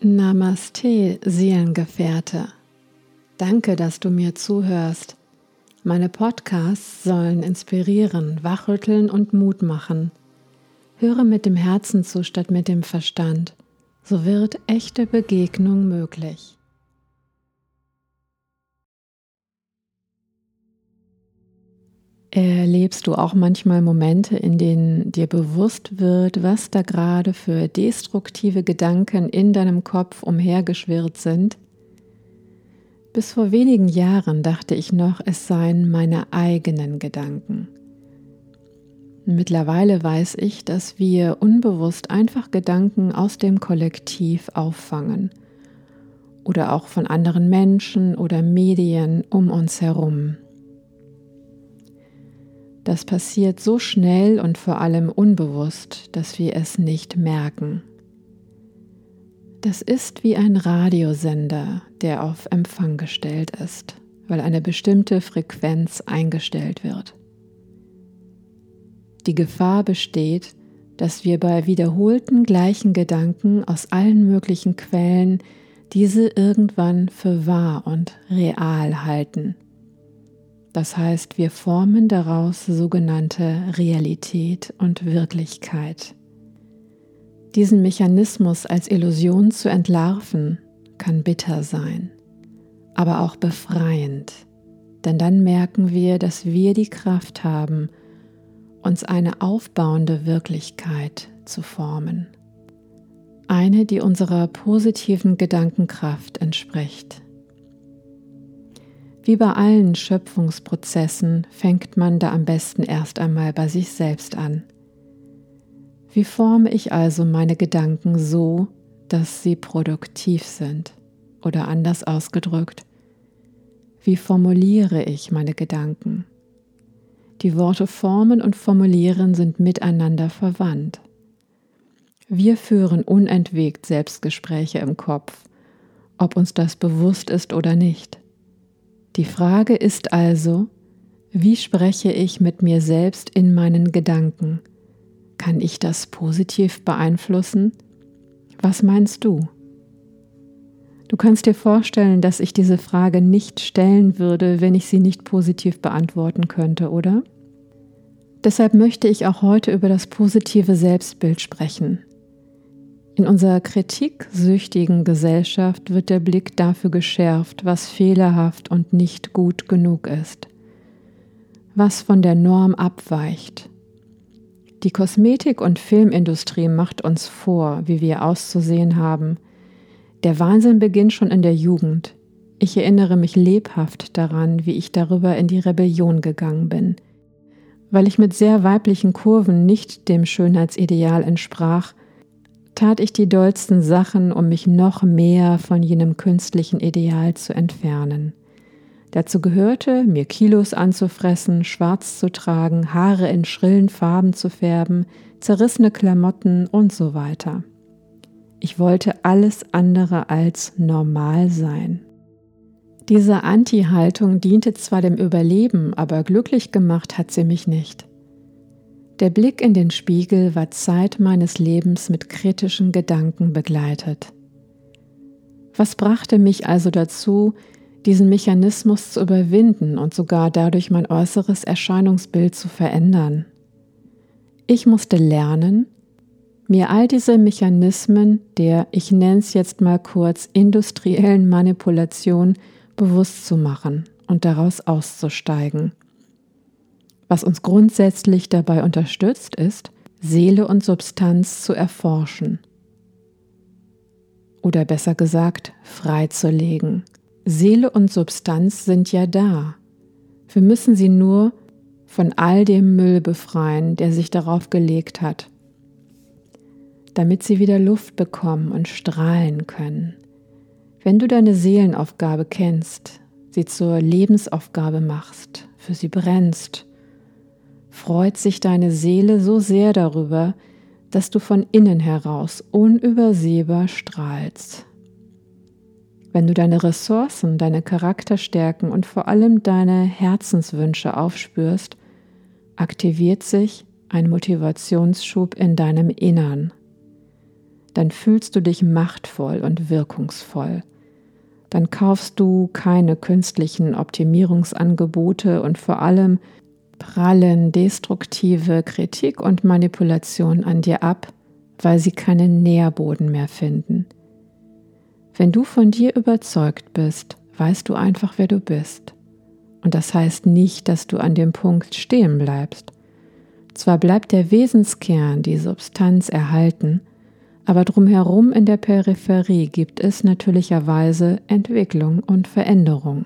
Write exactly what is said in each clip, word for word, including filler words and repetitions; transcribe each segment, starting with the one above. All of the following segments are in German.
Namaste, Seelengefährte. Danke, dass du mir zuhörst. Meine Podcasts sollen inspirieren, wachrütteln und Mut machen. Höre mit dem Herzen zu statt mit dem Verstand. So wird echte Begegnung möglich. Erlebst du auch manchmal Momente, in denen dir bewusst wird, was da gerade für destruktive Gedanken in deinem Kopf umhergeschwirrt sind? Bis vor wenigen Jahren dachte ich noch, es seien meine eigenen Gedanken. Mittlerweile weiß ich, dass wir unbewusst einfach Gedanken aus dem Kollektiv auffangen oder auch von anderen Menschen oder Medien um uns herum. Das passiert so schnell und vor allem unbewusst, dass wir es nicht merken. Das ist wie ein Radiosender, der auf Empfang gestellt ist, weil eine bestimmte Frequenz eingestellt wird. Die Gefahr besteht, dass wir bei wiederholten gleichen Gedanken aus allen möglichen Quellen diese irgendwann für wahr und real halten. Das heißt, wir formen daraus sogenannte Realität und Wirklichkeit. Diesen Mechanismus als Illusion zu entlarven, kann bitter sein, aber auch befreiend, denn dann merken wir, dass wir die Kraft haben, uns eine aufbauende Wirklichkeit zu formen. Eine, die unserer positiven Gedankenkraft entspricht. Wie bei allen Schöpfungsprozessen fängt man da am besten erst einmal bei sich selbst an. Wie forme ich also meine Gedanken so, dass sie produktiv sind? Oder anders ausgedrückt, wie formuliere ich meine Gedanken? Die Worte formen und formulieren sind miteinander verwandt. Wir führen unentwegt Selbstgespräche im Kopf, ob uns das bewusst ist oder nicht. Die Frage ist also, wie spreche ich mit mir selbst in meinen Gedanken? Kann ich das positiv beeinflussen? Was meinst du? Du kannst dir vorstellen, dass ich diese Frage nicht stellen würde, wenn ich sie nicht positiv beantworten könnte, oder? Deshalb möchte ich auch heute über das positive Selbstbild sprechen. In unserer kritiksüchtigen Gesellschaft wird der Blick dafür geschärft, was fehlerhaft und nicht gut genug ist, was von der Norm abweicht. Die Kosmetik- und Filmindustrie macht uns vor, wie wir auszusehen haben. Der Wahnsinn beginnt schon in der Jugend. Ich erinnere mich lebhaft daran, wie ich darüber in die Rebellion gegangen bin. Weil ich mit sehr weiblichen Kurven nicht dem Schönheitsideal entsprach, tat ich die dollsten Sachen, um mich noch mehr von jenem künstlichen Ideal zu entfernen. Dazu gehörte, mir Kilos anzufressen, schwarz zu tragen, Haare in schrillen Farben zu färben, zerrissene Klamotten und so weiter. Ich wollte alles andere als normal sein. Diese Anti-Haltung diente zwar dem Überleben, aber glücklich gemacht hat sie mich nicht. Der Blick in den Spiegel war Zeit meines Lebens mit kritischen Gedanken begleitet. Was brachte mich also dazu, diesen Mechanismus zu überwinden und sogar dadurch mein äußeres Erscheinungsbild zu verändern? Ich musste lernen, mir all diese Mechanismen der, ich nenne es jetzt mal kurz, industriellen Manipulation bewusst zu machen und daraus auszusteigen. Was uns grundsätzlich dabei unterstützt, ist, Seele und Substanz zu erforschen. Oder besser gesagt, freizulegen. Seele und Substanz sind ja da. Wir müssen sie nur von all dem Müll befreien, der sich darauf gelegt hat, damit sie wieder Luft bekommen und strahlen können. Wenn du deine Seelenaufgabe kennst, sie zur Lebensaufgabe machst, für sie brennst, freut sich deine Seele so sehr darüber, dass du von innen heraus unübersehbar strahlst. Wenn du deine Ressourcen, deine Charakterstärken und vor allem deine Herzenswünsche aufspürst, aktiviert sich ein Motivationsschub in deinem Innern. dann fühlst du dich machtvoll und wirkungsvoll. Dann kaufst du keine künstlichen Optimierungsangebote und vor allem prallen destruktive Kritik und Manipulation an dir ab, weil sie keinen Nährboden mehr finden. Wenn du von dir überzeugt bist, weißt du einfach, wer du bist. Und das heißt nicht, dass du an dem Punkt stehen bleibst. Zwar bleibt der Wesenskern, die Substanz erhalten, aber drumherum in der Peripherie gibt es natürlicherweise Entwicklung und Veränderung.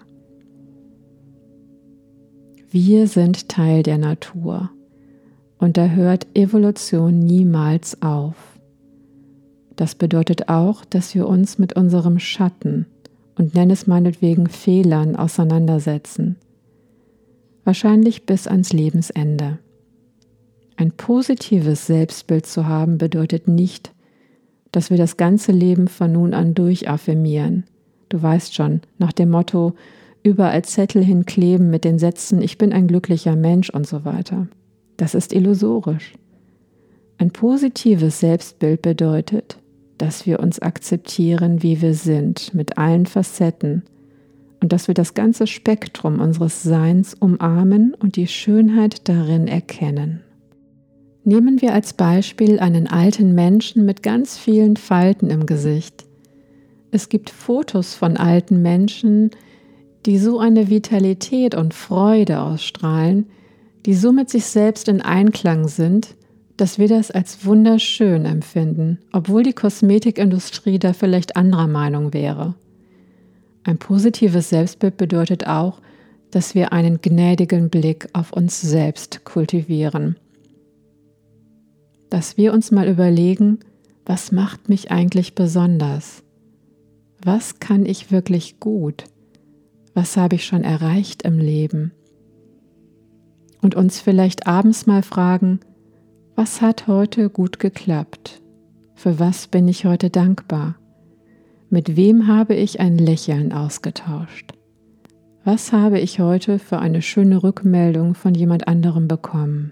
Wir sind Teil der Natur und da hört Evolution niemals auf. Das bedeutet auch, dass wir uns mit unserem Schatten und nenn es meinetwegen Fehlern auseinandersetzen. Wahrscheinlich bis ans Lebensende. Ein positives Selbstbild zu haben bedeutet nicht, dass wir das ganze Leben von nun an durch affirmieren. Du weißt schon, nach dem Motto, überall Zettel hinkleben mit den Sätzen, ich bin ein glücklicher Mensch und so weiter. Das ist illusorisch. Ein positives Selbstbild bedeutet, dass wir uns akzeptieren, wie wir sind, mit allen Facetten und dass wir das ganze Spektrum unseres Seins umarmen und die Schönheit darin erkennen. Nehmen wir als Beispiel einen alten Menschen mit ganz vielen Falten im Gesicht. Es gibt Fotos von alten Menschen, die so eine Vitalität und Freude ausstrahlen, die so mit sich selbst in Einklang sind, dass wir das als wunderschön empfinden, obwohl die Kosmetikindustrie da vielleicht anderer Meinung wäre. Ein positives Selbstbild bedeutet auch, dass wir einen gnädigen Blick auf uns selbst kultivieren. Dass wir uns mal überlegen, was macht mich eigentlich besonders? Was kann ich wirklich gut? Was habe ich schon erreicht im Leben? Und uns vielleicht abends mal fragen, was hat heute gut geklappt? Für was bin ich heute dankbar? Mit wem habe ich ein Lächeln ausgetauscht? Was habe ich heute für eine schöne Rückmeldung von jemand anderem bekommen?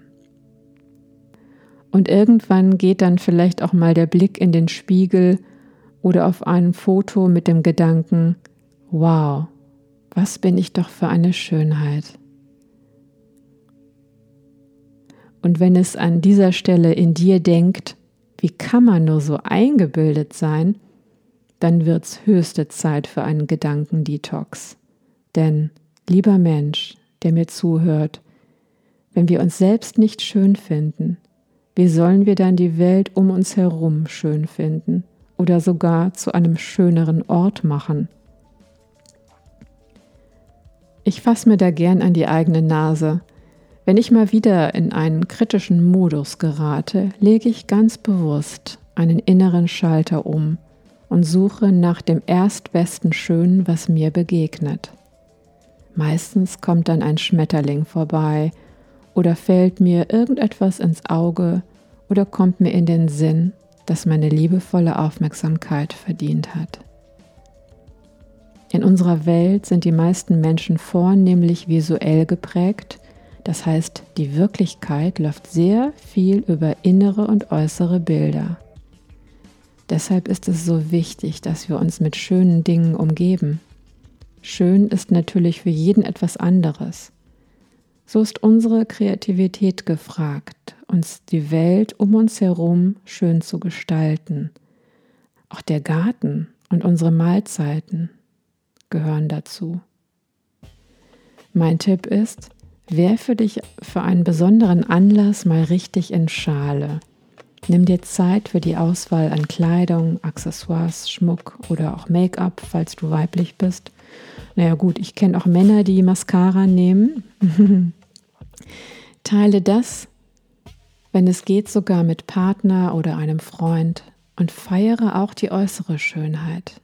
Und irgendwann geht dann vielleicht auch mal der Blick in den Spiegel oder auf ein Foto mit dem Gedanken, wow, was bin ich doch für eine Schönheit. Und wenn es an dieser Stelle in dir denkt, wie kann man nur so eingebildet sein, dann wird's höchste Zeit für einen Gedankendetox. Denn, lieber Mensch, der mir zuhört, wenn wir uns selbst nicht schön finden, wie sollen wir dann die Welt um uns herum schön finden oder sogar zu einem schöneren Ort machen? Ich fasse mir da gern an die eigene Nase. Wenn ich mal wieder in einen kritischen Modus gerate, lege ich ganz bewusst einen inneren Schalter um und suche nach dem erstbesten Schönen, was mir begegnet. Meistens kommt dann ein Schmetterling vorbei oder fällt mir irgendetwas ins Auge oder kommt mir in den Sinn, das meine liebevolle Aufmerksamkeit verdient hat. In unserer Welt sind die meisten Menschen vornehmlich visuell geprägt, das heißt, die Wirklichkeit läuft sehr viel über innere und äußere Bilder. Deshalb ist es so wichtig, dass wir uns mit schönen Dingen umgeben. Schön ist natürlich für jeden etwas anderes. So ist unsere Kreativität gefragt, uns die Welt um uns herum schön zu gestalten. Auch der Garten und unsere Mahlzeiten gehören dazu. Mein Tipp ist, werfe dich für einen besonderen Anlass mal richtig in Schale. Nimm dir Zeit für die Auswahl an Kleidung, Accessoires, Schmuck oder auch Make-up, falls du weiblich bist. Naja gut, ich kenne auch Männer, die Mascara nehmen. Teile das, wenn es geht, sogar mit Partner oder einem Freund und feiere auch die äußere Schönheit.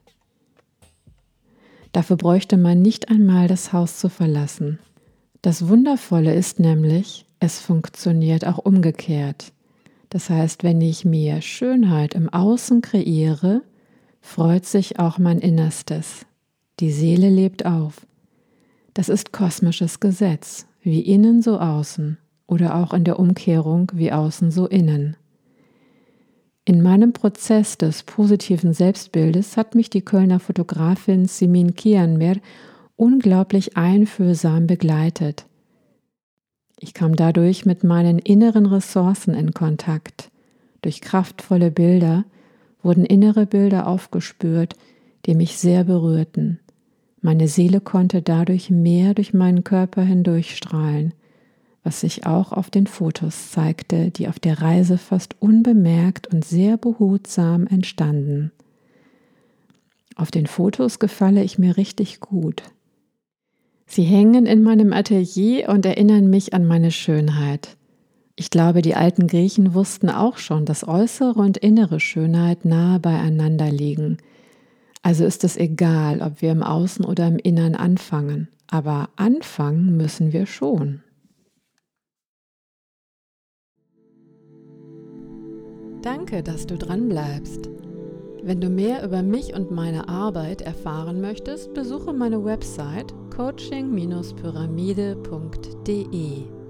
Dafür bräuchte man nicht einmal das Haus zu verlassen. Das Wundervolle ist nämlich, es funktioniert auch umgekehrt. Das heißt, wenn ich mir Schönheit im Außen kreiere, freut sich auch mein Innerstes. Die Seele lebt auf. Das ist kosmisches Gesetz, wie innen so außen oder auch in der Umkehrung wie außen so innen. In meinem Prozess des positiven Selbstbildes hat mich die Kölner Fotografin Simin Kianmer unglaublich einfühlsam begleitet. Ich kam dadurch mit meinen inneren Ressourcen in Kontakt. Durch kraftvolle Bilder wurden innere Bilder aufgespürt, die mich sehr berührten. Meine Seele konnte dadurch mehr durch meinen Körper hindurchstrahlen, was sich auch auf den Fotos zeigte, die auf der Reise fast unbemerkt und sehr behutsam entstanden. Auf den Fotos gefalle ich mir richtig gut. Sie hängen in meinem Atelier und erinnern mich an meine Schönheit. Ich glaube, die alten Griechen wussten auch schon, dass äußere und innere Schönheit nahe beieinander liegen. Also ist es egal, ob wir im Außen oder im Innern anfangen, aber anfangen müssen wir schon. Danke, dass du dran bleibst. Wenn du mehr über mich und meine Arbeit erfahren möchtest, besuche meine Website coaching Bindestrich pyramide punkt de.